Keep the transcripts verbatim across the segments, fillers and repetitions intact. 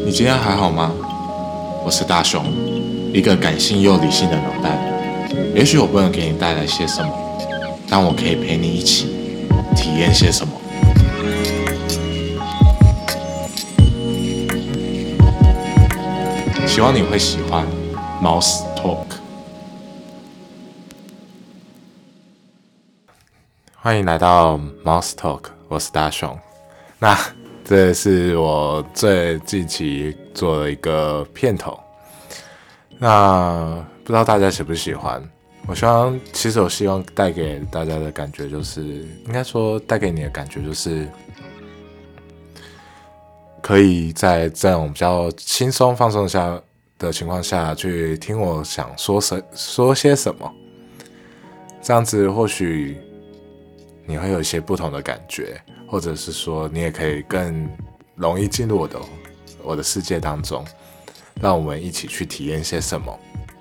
你今天还好吗？我是大雄，一个感性又理性的脑袋。也许我不能给你带来些什么，但我可以陪你一起体验些什么。希望你会喜欢 Mouse Talk。欢迎来到 Mouse Talk， 我是大雄。那这是我最近期做的一个片头，那不知道大家喜不喜欢？我希望，其实我希望带给大家的感觉就是，应该说带给你的感觉就是，可以在这种比较轻松放松下的情况下去听我想说什说些什么，这样子或许你会有一些不同的感觉。或者是说你也可以更容易进入我的我的世界当中，让我们一起去体验些什么。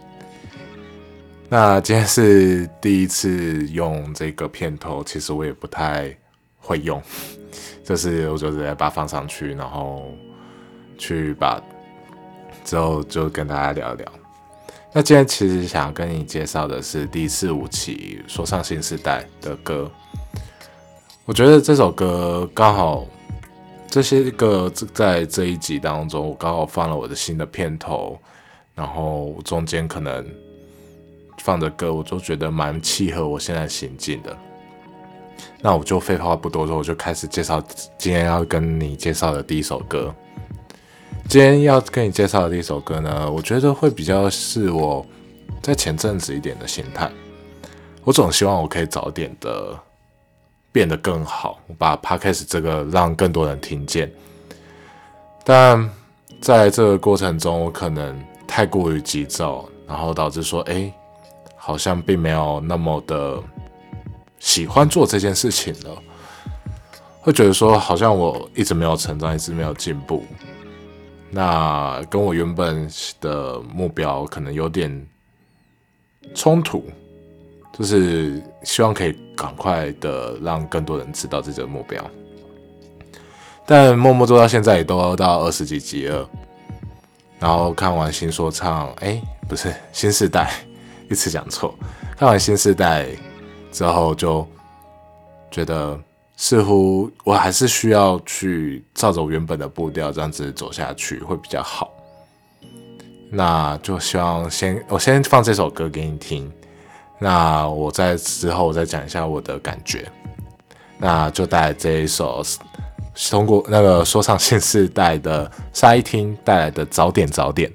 那今天是第一次用这个片头，其实我也不太会用，就是我就直接把它放上去，然后去把之后就跟大家聊一聊。那今天其实想要跟你介绍的是第四五期说唱新时代的歌。我觉得这首歌刚好，这些歌在这一集当中，我刚好放了我的新的片头，然后中间可能放的歌，我都觉得蛮契合我现在心境的。那我就废话不多说，我就开始介绍今天要跟你介绍的第一首歌。今天要跟你介绍的第一首歌呢，我觉得会比较是我在前阵子一点的心态。我总希望我可以早点的变得更好，我把 Podcast 这个让更多人听见，但在这个过程中，我可能太过于急躁，然后导致说，哎，好像并没有那么的喜欢做这件事情了，会觉得说，好像我一直没有成长，一直没有进步，那跟我原本的目标可能有点冲突。就是希望可以赶快的让更多人知道这个目标，但默默做到现在也都到二十几集了。然后看完新说唱，哎，不是新世代，一次讲错。看完新世代之后，就觉得似乎我还是需要去照着我原本的步调这样子走下去会比较好。那就希望先我先放这首歌给你听。那我在之后我再讲一下我的感觉，那就带来这一首通过那个说唱新世代的沙一听带来的早点早点。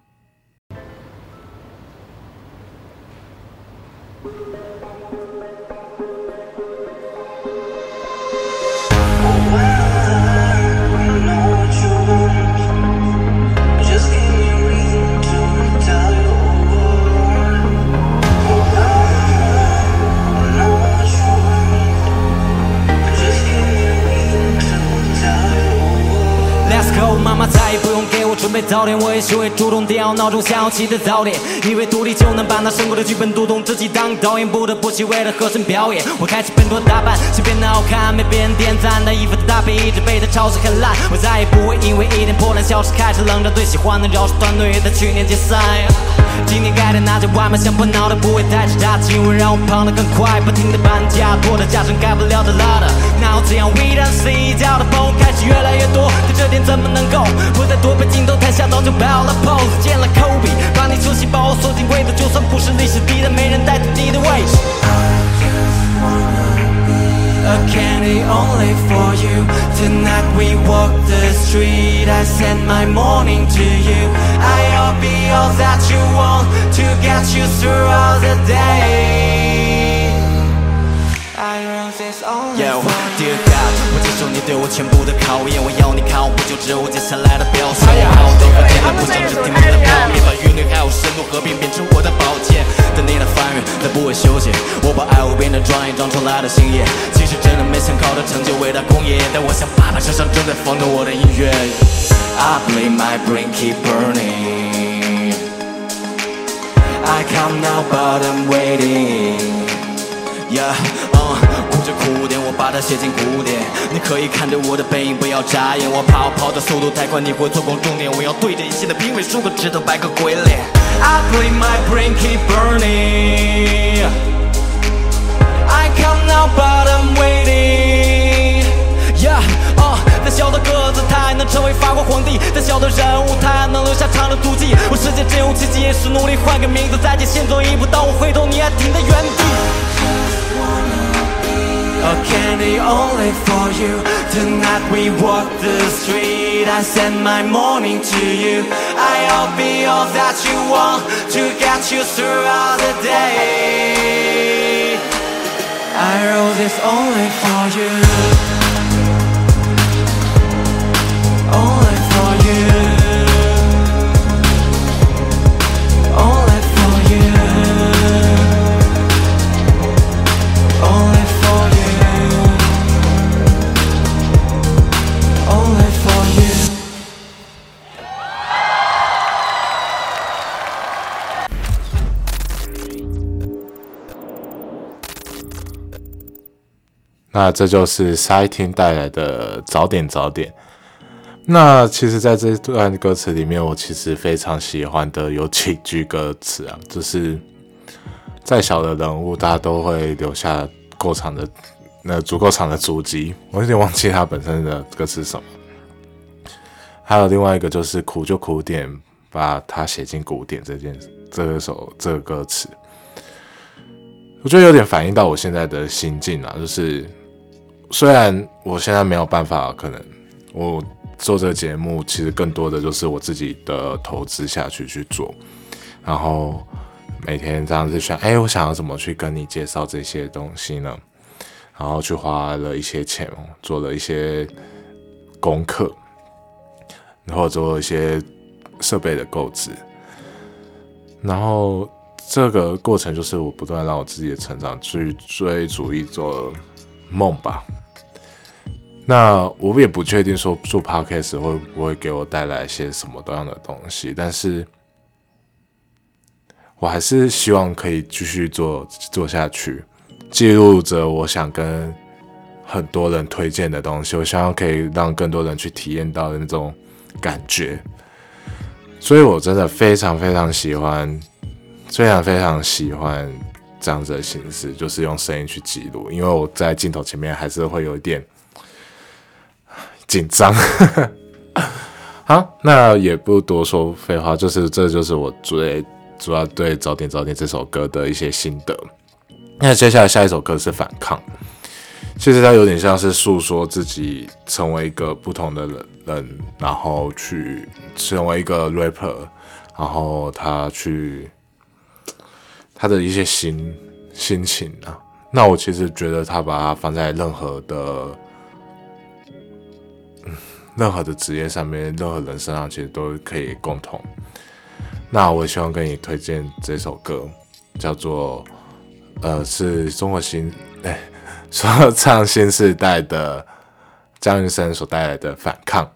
妈妈再也不用给我准备早点，我也学会主动调闹钟响起的早点，以为独立就能把那生活的剧本读懂，自己当导演，不得不去为了和声表演。我开始奔波打扮，想变得好看，没别人点赞，但衣服的搭配一直被他嘲笑很烂。我再也不会因为一点破烂小事开始冷着对喜欢的饶舌团队在去年解散。今天盖的那家外卖香喷脑的不会太差，气温让我胖得更快，不停地搬家，拖的家声改不了的拉的。那我这样 we don't see 叫的朋友开始越来越多，但这点怎么能够不再躲避镜头，台下早就爆了 pose， 见了 Kobe， 把你出戏把我锁进柜子，就算不是历史敌人，没人代替你的位置。A candy only for you. Tonight we walk the street. I send my morning to you. I'll be all that you want to get you throughout the day. I wrote this only for you. Dear God， 我接受你对我全部的考验，我要你看我不就只有接下来的表现。我把我都和天的不像只听你的表面，把韵律还有深度合并变成我的宝剑。等你的翻越，再不会休息，我把爱无边的专业装出来的星夜。其实真的没想靠的成就伟大工业，但我想把它身上正在放着我的音乐。I play my brain keep burning. I come now but I'm waiting. Yeah， uh, 哭着哭点我把把它写进古典。你可以看着我的背影，不要眨眼。我怕我跑的速度太快，你会错过终点。我要对着一切的评委竖个指头，摆个鬼脸。I play my brain, keep burning. I come now, but I'm waiting. Yeah, 哦、uh, 再小的个子，他还能成为法国皇帝；再小的人物，他还能留下长的足迹。我世界真有奇迹，也是努力换个名字，再进先走一步。当我回头，你还停在原地。A candy only for you. Tonight we walk the street. I send my morning to you. I'll be all that you want to get you throughout the day. I wrote this only for you. Only for you. Only for you. Only for you.Only for you. 那这就是沙一听带来的早点早点。那其实在这段歌词里面，我其实非常喜欢的有几句歌词啊，就是再小的人物，大家都会留下够长的那足够长的足迹。我有点忘记它本身的歌词是什么。还有另外一个就是苦就苦点，把它写进古典这件这首这个歌词，我觉得有点反映到我现在的心境啊，就是虽然我现在没有办法，可能我做这个节目，其实更多的就是我自己的投资下去去做，然后每天这样子想，哎，我想要怎么去跟你介绍这些东西呢？然后去花了一些钱，做了一些功课。然后做一些设备的购置，然后这个过程就是我不断让我自己的成长，去追逐一座梦吧。那我也不确定说做 podcast 会不会给我带来一些什么样的东西，但是我还是希望可以继续做做下去，记录着我想跟很多人推荐的东西，我希望可以让更多人去体验到的那种感觉，所以我真的非常非常喜欢，非常非常喜欢这样子的形式，就是用声音去记录。因为我在镜头前面还是会有一点紧张。好，那也不多说废话，就是这就是我最主要对《早点早点》这首歌的一些心得。那接下来下一首歌是《反抗》。其实它有点像是诉说自己成为一个不同的人，然后去成为一个 rapper， 然后他去他的一些心心情啊。那我其实觉得他把它放在任何的、嗯、任何的职业上面，任何人身上，其实都可以共同。那我希望跟你推荐这首歌，叫做呃是中国新哎。说唱新世代的张雨生所带来的反抗。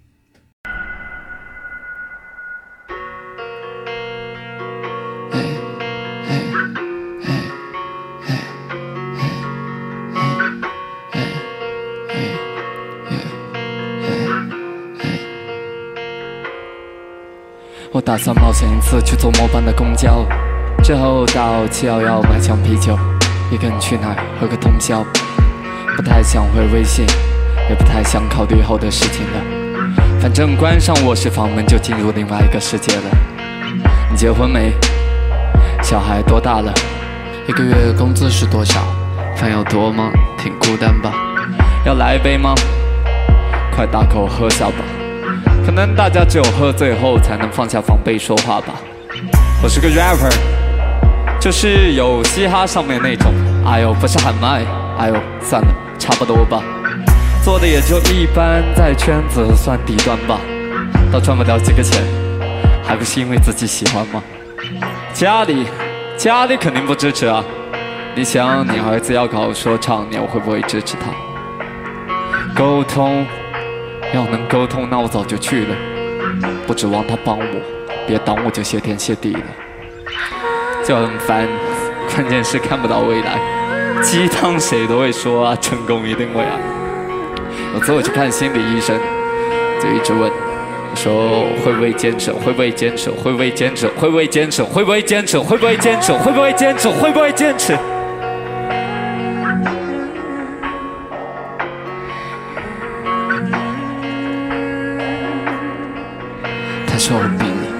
我打算冒险一次去坐末班的公交，之后到七一一买箱啤酒，一个人去哪儿喝个通宵。不太想回微信，也不太想考虑后的事情了，反正关上卧室房门就进入另外一个世界了。你结婚没？小孩多大了？一个月工资是多少？饭要多吗？挺孤单吧？要来一杯吗？快大口喝下吧，可能大家只有喝醉后才能放下防备说话吧。我是个 rapper， 就是有嘻哈上面那种，哎呦不是喊麦，哎呦算了差不多吧，做的也就一般，在圈子算底端吧，倒赚不了几个钱，还不是因为自己喜欢吗？家里家里肯定不支持啊，你想你儿子要搞说唱，你会不会支持他？沟通，要能沟通那我早就去了，不指望他帮我，别挡我就谢天谢地了，就很烦，关键是看不到未来。 鸡汤谁都会说啊，成功一定会来。有次我去看心理医生，就一直问说会不会坚持，会不会坚持，会不会坚持，会不会坚持，会不会坚持，会不会坚持，会不会坚持，会不会坚持。他说我比你。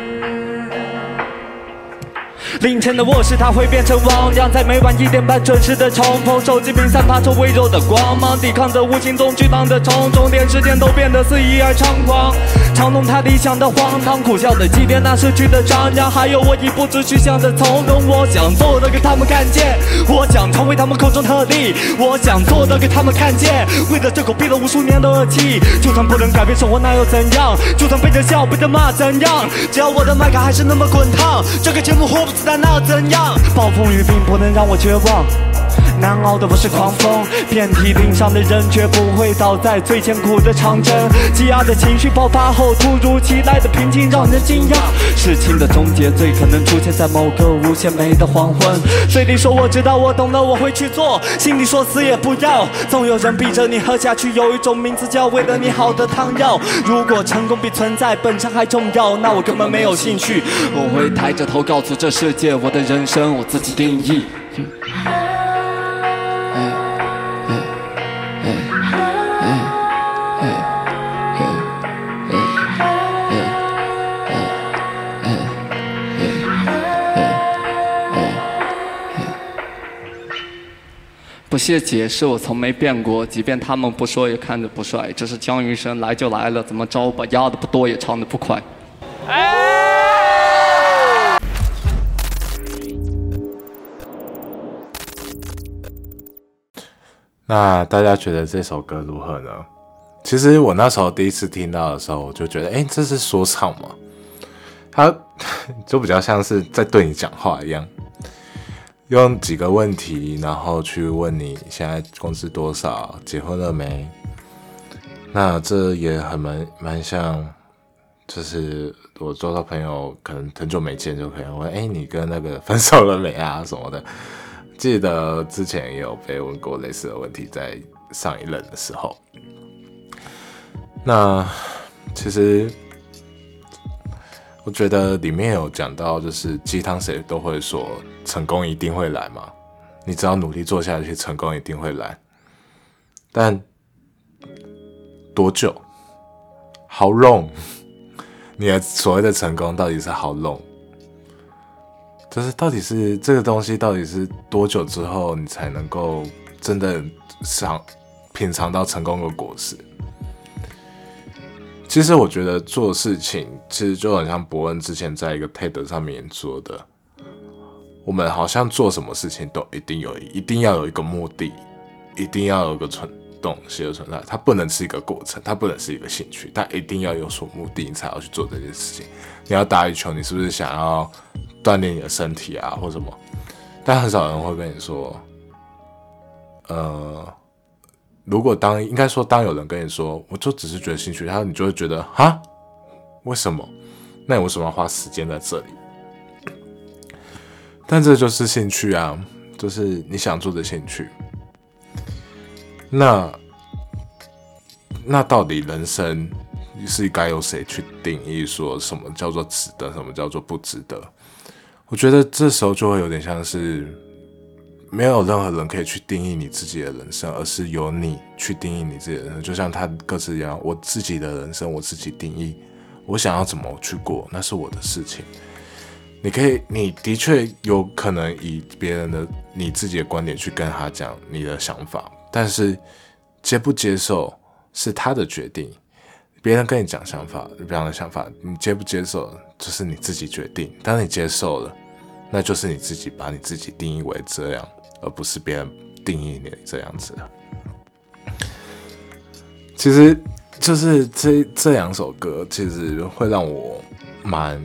凌晨的卧室，它会变成汪洋，在每晚一点半准时的重逢。手机屏散发出微弱的光芒，抵抗着无形中巨浪的重重，连时间都变得肆意而猖狂。唱弄他理想的荒唐，苦笑的祭奠那失去的张扬，还有我已不知去向的从容。我想做的给他们看见，我想成为他们口中特例，我想做的给他们看见，为了这口憋了无数年的恶气。就算不能改变生活，那又怎样？就算被着笑，被着骂，怎样？只要我的麦卡还是那么滚烫，这个节目活不死的。那又怎样？暴风雨并不能让我绝望，难熬的不是狂风，遍体鳞伤的人绝不会倒在最艰苦的长征。积压的情绪爆发后，突如其来的平静让人惊讶。事情的终结最可能出现在某个无限美的黄昏。嘴里说我知道，我懂了，我会去做，心里说死也不要。总有人逼着你喝下去，有一种名字叫为了你好的汤药。如果成功比存在本身还重要，那我根本没有兴趣。我会抬着头告诉这世界，我的人生我自己定义。不屑解释，我从没变过，即便他们不说也看着不帅。这是姜云升，来就来了，怎么着吧？压的不多也唱的不快。 那大家觉得这首歌如何呢？其实我那时候第一次听到的时候，我就觉得，哎，这是说唱吗？它就比较像是在对你讲话一样。用几个问题，然后去问你现在工资多少，结婚了没？那这也很蛮蛮像，就是我周遭朋友可能很久没见，就可能问：哎，你跟那个分手了没啊？什么的。记得之前也有被问过类似的问题，在上一任的时候。那其实我觉得里面有讲到，就是鸡汤谁都会说成功一定会来嘛，你只要努力做下去，成功一定会来。但多久 ？How long？ 你的所谓的成功到底是 how long？ 就是到底是这个东西到底是多久之后，你才能够真的尝品尝到成功的果实？其实我觉得做事情其实就很像伯恩之前在一个 T E D 上面说的，我们好像做什么事情都一定有一定要有一个目的，一定要有一个存东西的存在，它不能是一个过程，它不能是一个兴趣，它一定要有所目的，你才要去做这件事情。你要打羽球，你是不是想要锻炼你的身体啊，或什么？但很少人会跟你说，呃。如果当应该说当有人跟你说我就只是觉得兴趣，然后你就会觉得哈，为什么？那你为什么要花时间在这里？但这就是兴趣啊，就是你想做的兴趣。那那到底人生是该由谁去定义说什么叫做值得，什么叫做不值得？我觉得这时候就会有点像是没有任何人可以去定义你自己的人生，而是由你去定义你自己的人生。就像他歌词一样，我自己的人生我自己定义，我想要怎么去过，那是我的事情。你可以，你的确有可能以别人的你自己的观点去跟他讲你的想法，但是接不接受是他的决定。别人跟你讲想法，别人的想法，你接不接受就是你自己决定。当你接受了，那就是你自己把你自己定义为这样，而不是别人定义你这样子的。其实就是这这两首歌，其实会让我蛮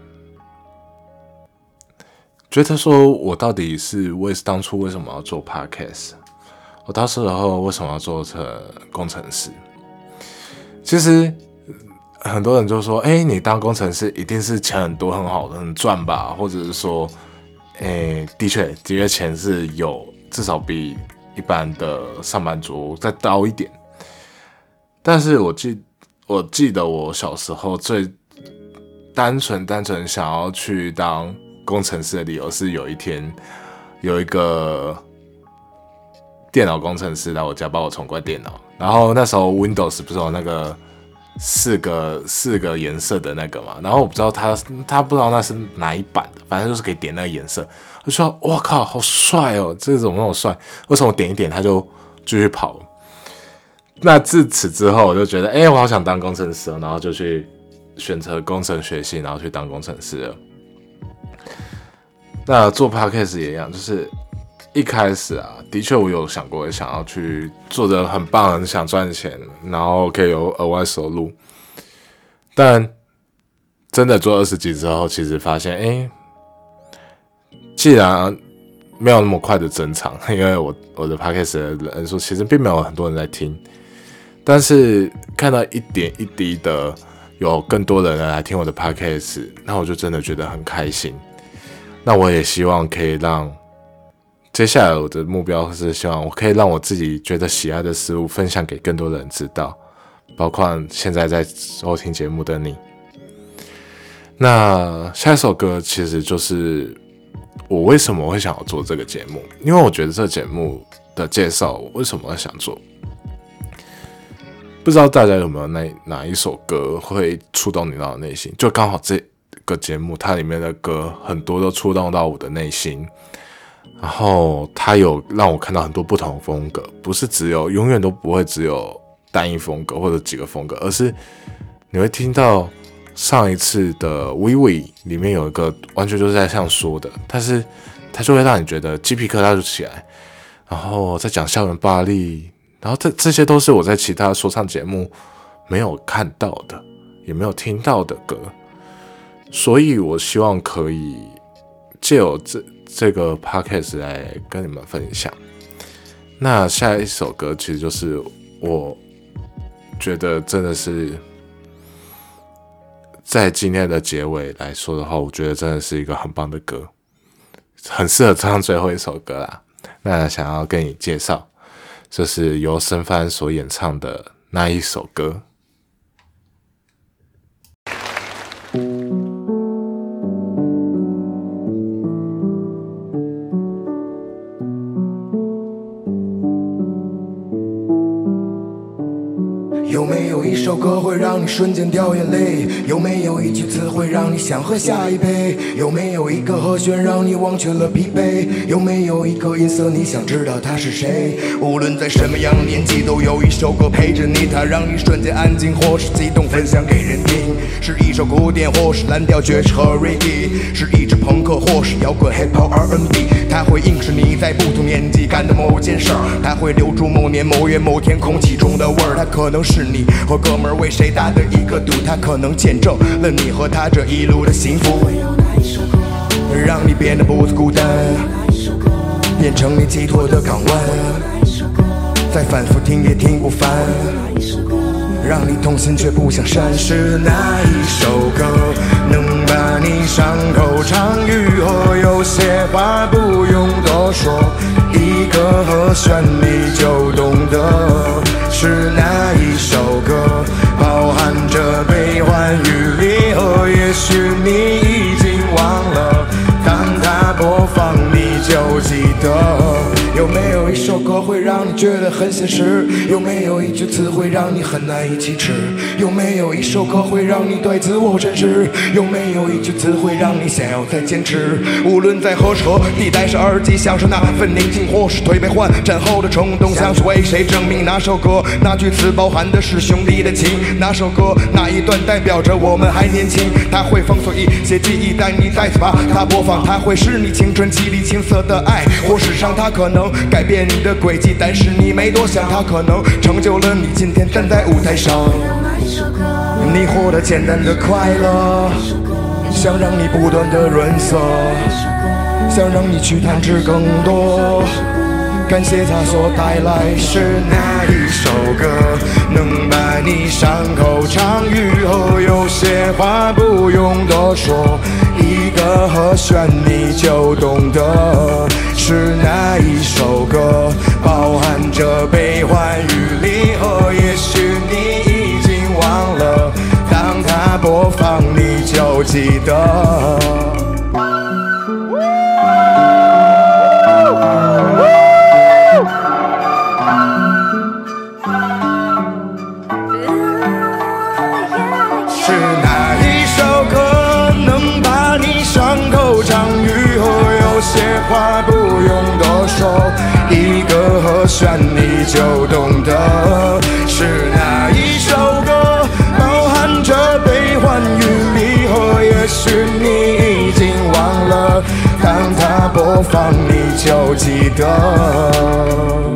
觉得说，我到底是为当初为什么要做 podcast？ 我到时候为什么要做成工程师？其实很多人就说，哎、欸，你当工程师一定是钱很多、很好的、很赚吧？或者是说，哎、欸，的确，的确钱是有至少比一般的上班族再高一点。但是我记我记得我小时候最单纯单纯想要去当工程师的理由是，有一天有一个电脑工程师来我家帮我重灌电脑，然后那时候 Windows 不是有那个四个四个颜色的那个嘛，然后我不知道他他不知道那是哪一版的，反正就是可以点那个颜色。我就说哇靠，好帅哦，这怎么那么帅？为什么我点一点他就继续跑？那自此之后我就觉得，哎、欸，我好想当工程师哦，然后就去选择工程学系，然后去当工程师了。那做 podcast 也一样，就是一开始啊，的确我有想过想要去做得很棒，很想赚钱，然后可以有额外收入。但真的做二十集之后，其实发现，哎、欸，既然没有那么快的增长，因为我我的 podcast 的人数其实并没有很多人在听，但是看到一点一滴的有更多的人来听我的 podcast， 那我就真的觉得很开心。那我也希望可以让接下来我的目标是希望我可以让我自己觉得喜爱的事物分享给更多人知道，包括现在在收听节目的你。那下一首歌其实就是我为什么会想要做这个节目，因为我觉得这个节目的介绍我为什么会想做，不知道大家有没有那哪一首歌会触动你的内心，就刚好这个节目它里面的歌很多都触动到我的内心，然后它有让我看到很多不同的风格，不是只有永远都不会只有单一风格或者几个风格，而是你会听到上一次的 Vivi 里面有一个完全就是在这样说的，但是它就会让你觉得鸡皮疙瘩就起来，然后在讲校园暴力，然后这这些都是我在其他说唱节目没有看到的，也没有听到的歌，所以我希望可以借由这这个 podcast 来跟你们分享。那下一首歌其实就是我觉得真的是在今天的结尾来说的话，我觉得真的是一个很棒的歌，很适合唱最后一首歌啦。那想要跟你介绍，就是由申帆所演唱的那一首歌。 有没有一首歌会让你瞬间掉眼泪？有没有一句词会让你想喝下一杯？有没有一个和弦让你忘却了疲惫？有没有一个音色你想知道他是谁？无论在什么样的年纪，都有一首歌陪着你，它让你瞬间安静或是激动，分享给人听。是一首古典或是蓝调爵士和 reggae， 是一支朋克或是摇滚 hip hop R and B， 它会映射你在不同年纪干的某件事儿，它会留住某年某月某天空气中的味儿，它可能是你和哥们儿为谁打的一个赌，他可能见证了你和他这一路的幸福。让你变得不再孤单，变成你寄托的港湾，再反复听也听不烦，让你痛心却不想删。是哪一首歌能把你伤口常愈合？有些话不用多说，一个和弦你就懂得。是哪一首歌包含着悲欢与离合？也许你已经忘了，当它播放你就记得。有没有一首歌会让你觉得很现实？有没有一句词会让你很难以启齿？有没有一首歌会让你对自我真实？有没有一句词会让你想要再坚持？无论在何时何地，戴上耳机，享受那份宁静，或是推杯换盏后的冲动，想去为谁证明？那首歌那句词包含的是兄弟的情，那首歌那一段代表着我们还年轻，它会封锁一些记忆，但你再次把它播放，它会是你青春期里青涩的爱或时尚，它可能改变你的轨迹，但是你没多想，它可能成就了你今天站在舞台上。你活得简单的快乐，想让你不断的润色，想让你去探知更多，感谢它所带来。是哪一首歌能把你伤口常愈合？有些话不用多说，一个和弦你就懂得。是哪一首歌就记得。是哪一首歌能把你伤口张愈合？有些话不用多说，一个和弦你就懂得。是哪一首歌包含着悲欢与离合？也许你已经忘了，当它播放你就记得。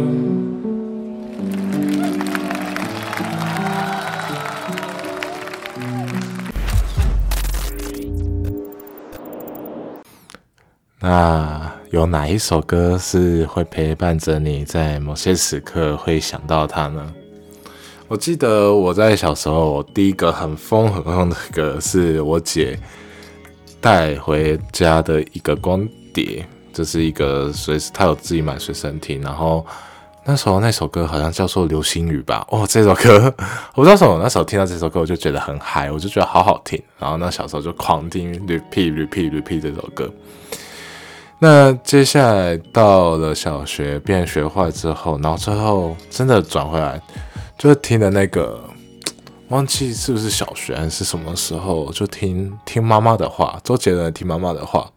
那有哪一首歌是会陪伴着你在某些时刻会想到它呢？我记得我在小时候，我第一个很疯很疯的歌是我姐带回家的一个光碟，就是一个随她有自己买随身听，然后那时候那首歌好像叫做《流星雨》吧。哦，这首歌我不知道为什么，那时候听到这首歌我就觉得很嗨，我就觉得好好听，然后那小时候就狂听 repeat repeat repeat 这首歌。那接下来到了小学变学坏之后，然后最后真的转回来，就是听的那个，忘记是不是小学还是什么时候，就听听妈妈的话，周杰伦听妈妈的话，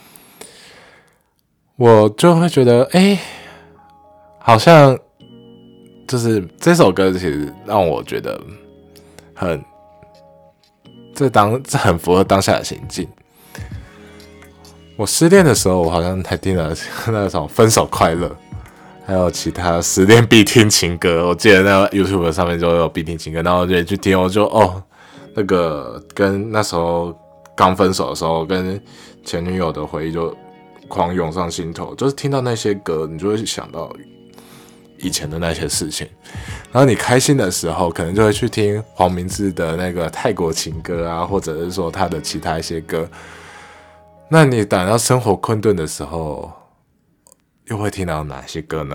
我就会觉得，哎、欸，好像就是这首歌其实让我觉得很，这当这很符合当下的情境。我失恋的时候，我好像还听了那种《分手快乐》，还有其他失恋必听情歌。我记得那个 YouTube 上面就有必听情歌，然后我就去听，我就哦，那个跟那时候刚分手的时候，跟前女友的回忆就狂涌上心头。就是听到那些歌，你就会想到以前的那些事情。然后你开心的时候，可能就会去听黄明志的那个泰国情歌啊，或者是说他的其他一些歌。那你等到生活困顿的时候，又会听到哪些歌呢？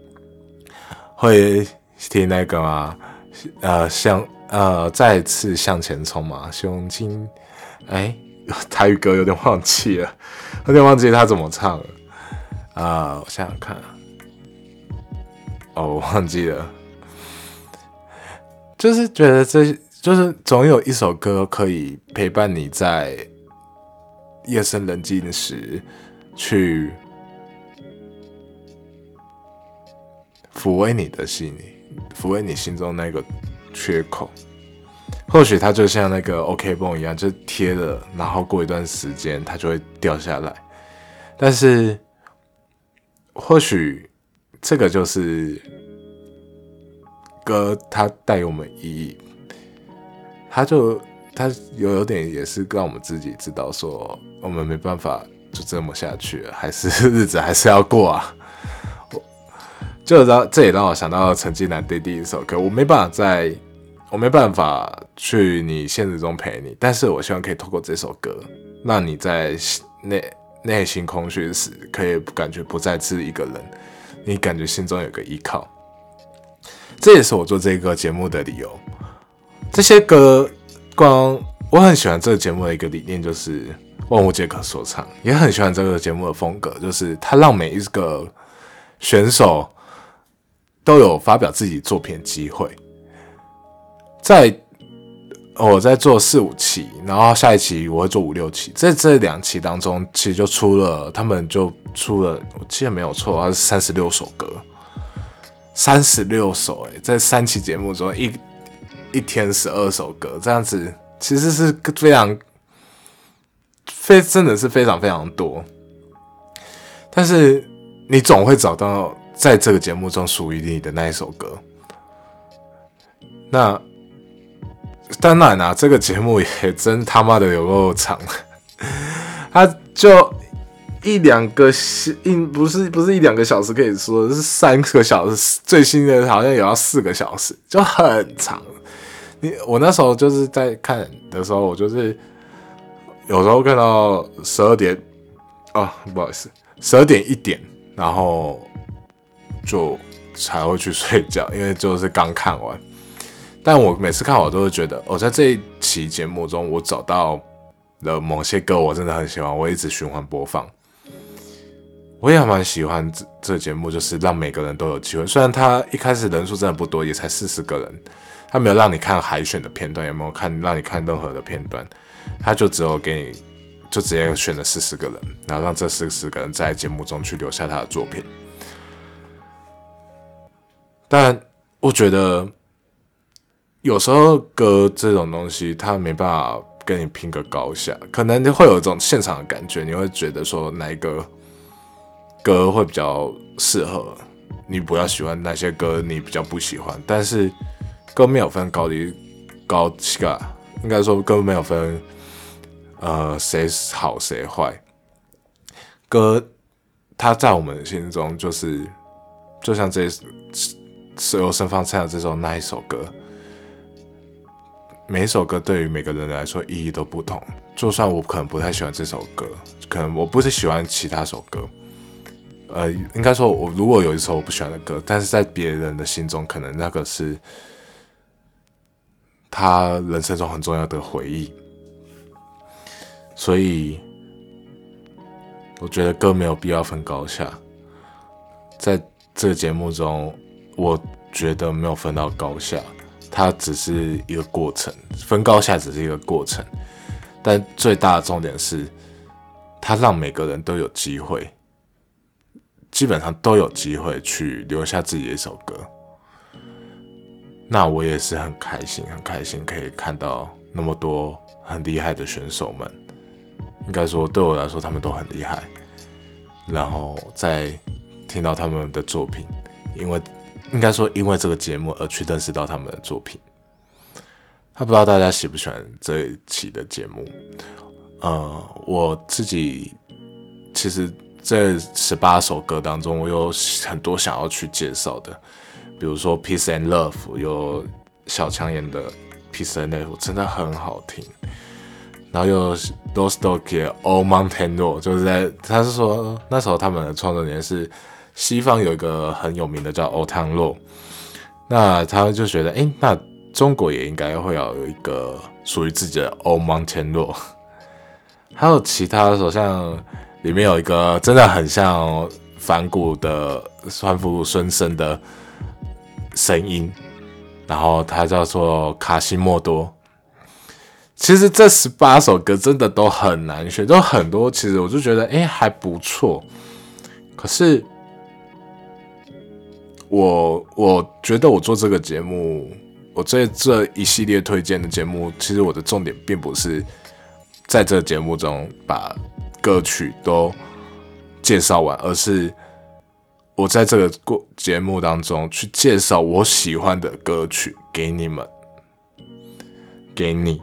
会听那个吗？呃，向呃再次向前冲嘛，胸襟，哎，台语歌有点忘记了，有点忘记他怎么唱了。啊、呃，我想想看，哦，我忘记了。就是觉得这就是总有一首歌可以陪伴你在夜深人静时，去抚慰你的心，抚慰你心中那个缺口。或许它就像那个 OK 绷一样，就贴了，然后过一段时间它就会掉下来。但是，或许这个就是歌，它带给我们意义，它就。他有有点也是让我们自己知道说，我们没办法就这么下去了，还是日子还是要过啊。就让这也让我想到陈近南的第一首歌，我没办法在，我没办法去你现实中陪你，但是我希望可以透过这首歌，让你在内内心空虚时，可以感觉不再是一个人，你感觉心中有个依靠。这也是我做这个节目的理由。这些歌。光我很喜欢这个节目的一个理念，就是万物皆可说唱，也很喜欢这个节目的风格，就是它让每一个选手都有发表自己作品的机会。在我在做四五期，然后下一期我会做五六期，在这两期当中，其实就出了，他们就出了，我记得没有错，它是三十六首歌，三十六首哎，在三期节目中一。一天十二首歌，这样子其实是非常非真的是非常非常多。但是你总会找到在这个节目中属于你的那一首歌。那当然啦、啊，这个节目也真他妈的有够长，它就一两个一不是不是一两个小时可以说，是三个小时，最新的好像也要四个小时，就很长。我那时候就是在看的时候，我就是有时候看到十二点，哦，不好意思，十二点一点，然后就才会去睡觉，因为就是刚看完。但我每次看我都会觉得，我、哦、在这一期节目中，我找到的某些歌我真的很喜欢，我一直循环播放。我也蛮喜欢这这个节目，就是让每个人都有机会。虽然他一开始人数真的不多，也才四十个人，他没有让你看海选的片段，也没有看让你看任何的片段，他就只有给你就直接选了四十个人，然后让这四十个人在节目中去留下他的作品。但我觉得有时候歌这种东西，它没办法跟你拼个高下，可能会有一种现场的感觉，你会觉得说哪一个歌会比较适合你，不要喜欢哪些歌你比较不喜欢。但是歌没有分高低高下，应该说歌没有分呃谁好谁坏，歌它在我们心中就是就像这由盛放唱的这首那一首歌，每一首歌对于每个人来说意义都不同。就算我可能不太喜欢这首歌，可能我不是喜欢其他首歌，呃，应该说我如果有一首我不喜欢的歌，但是在别人的心中，可能那个是他人生中很重要的回忆。所以我觉得歌没有必要分高下，在这个节目中，我觉得没有分到高下，它只是一个过程，分高下只是一个过程，但最大的重点是，它让每个人都有机会，基本上都有机会去留下自己的一首歌。那我也是很开心，很开心可以看到那么多很厉害的选手们，应该说对我来说他们都很厉害，然后再听到他们的作品，因为应该说因为这个节目而去认识到他们的作品。他不知道大家喜不喜欢这一期的节目，呃，我自己其实这十八首歌当中，我有很多想要去介绍的，比如说 Peace and Love 有小强演的 Peace and Love 真的很好听，然后又 Lost Dog Old Mountain Road 就是在他是说那时候他们的创作年是西方有一个很有名的叫 Old Town Road， 那他就觉得诶那中国也应该会有一个属于自己的 Old Mountain Road。 还有其他的首像里面有一个真的很像反骨的反骨孙生的声音，然后它叫做卡西莫多。其实这十八首歌真的都很难选，都很多其实我就觉得诶还不错，可是我我觉得我做这个节目，我这这一系列推荐的节目，其实我的重点并不是在这个节目中把歌曲都介绍完，而是我在这个节目当中去介绍我喜欢的歌曲给你们，给你，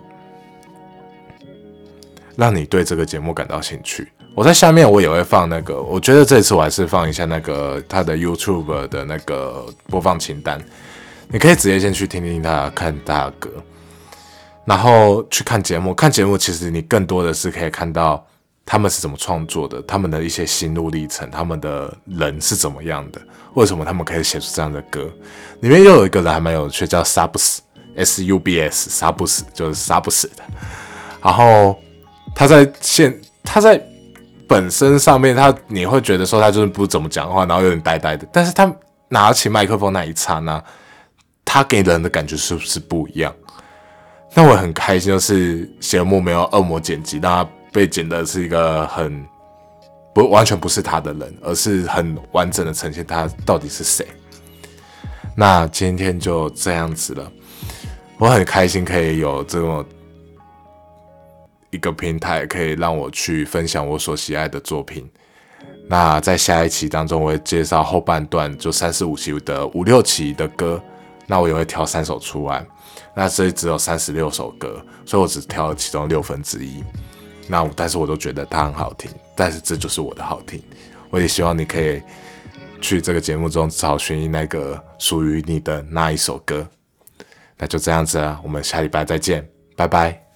让你对这个节目感到兴趣。我在下面我也会放那个，我觉得这次我还是放一下那个他的 YouTube 的那个播放清单，你可以直接先去听听他看他的歌，然后去看节目。看节目其实你更多的是可以看到他们是怎么创作的，他们的一些心路历程，他们的人是怎么样的，为什么他们可以写出这样的歌。里面又有一个人还蛮有趣，叫 Subs S U B S Subs 就是杀不死的。然后他在现他在本身上面，他你会觉得说他就是不怎么讲话，然后有点呆呆的，但是他拿起麦克风那一刹那，他给人的感觉是不是不一样？那我很开心，就是节目没有恶魔剪辑，让他被剪的是一个很不完全不是他的人，而是很完整的呈现他到底是谁。那今天就这样子了，我很开心可以有这么一个平台，可以让我去分享我所喜爱的作品。那在下一期当中，我会介绍后半段，就三十五期的五六期的歌，那我也会挑三首出来。那这只有三十六首歌，所以我只挑了其中六分之一。那但是我都觉得它很好听，但是这就是我的好听。我也希望你可以去这个节目中找寻那个属于你的那一首歌。那就这样子啦，我们下礼拜再见，拜拜。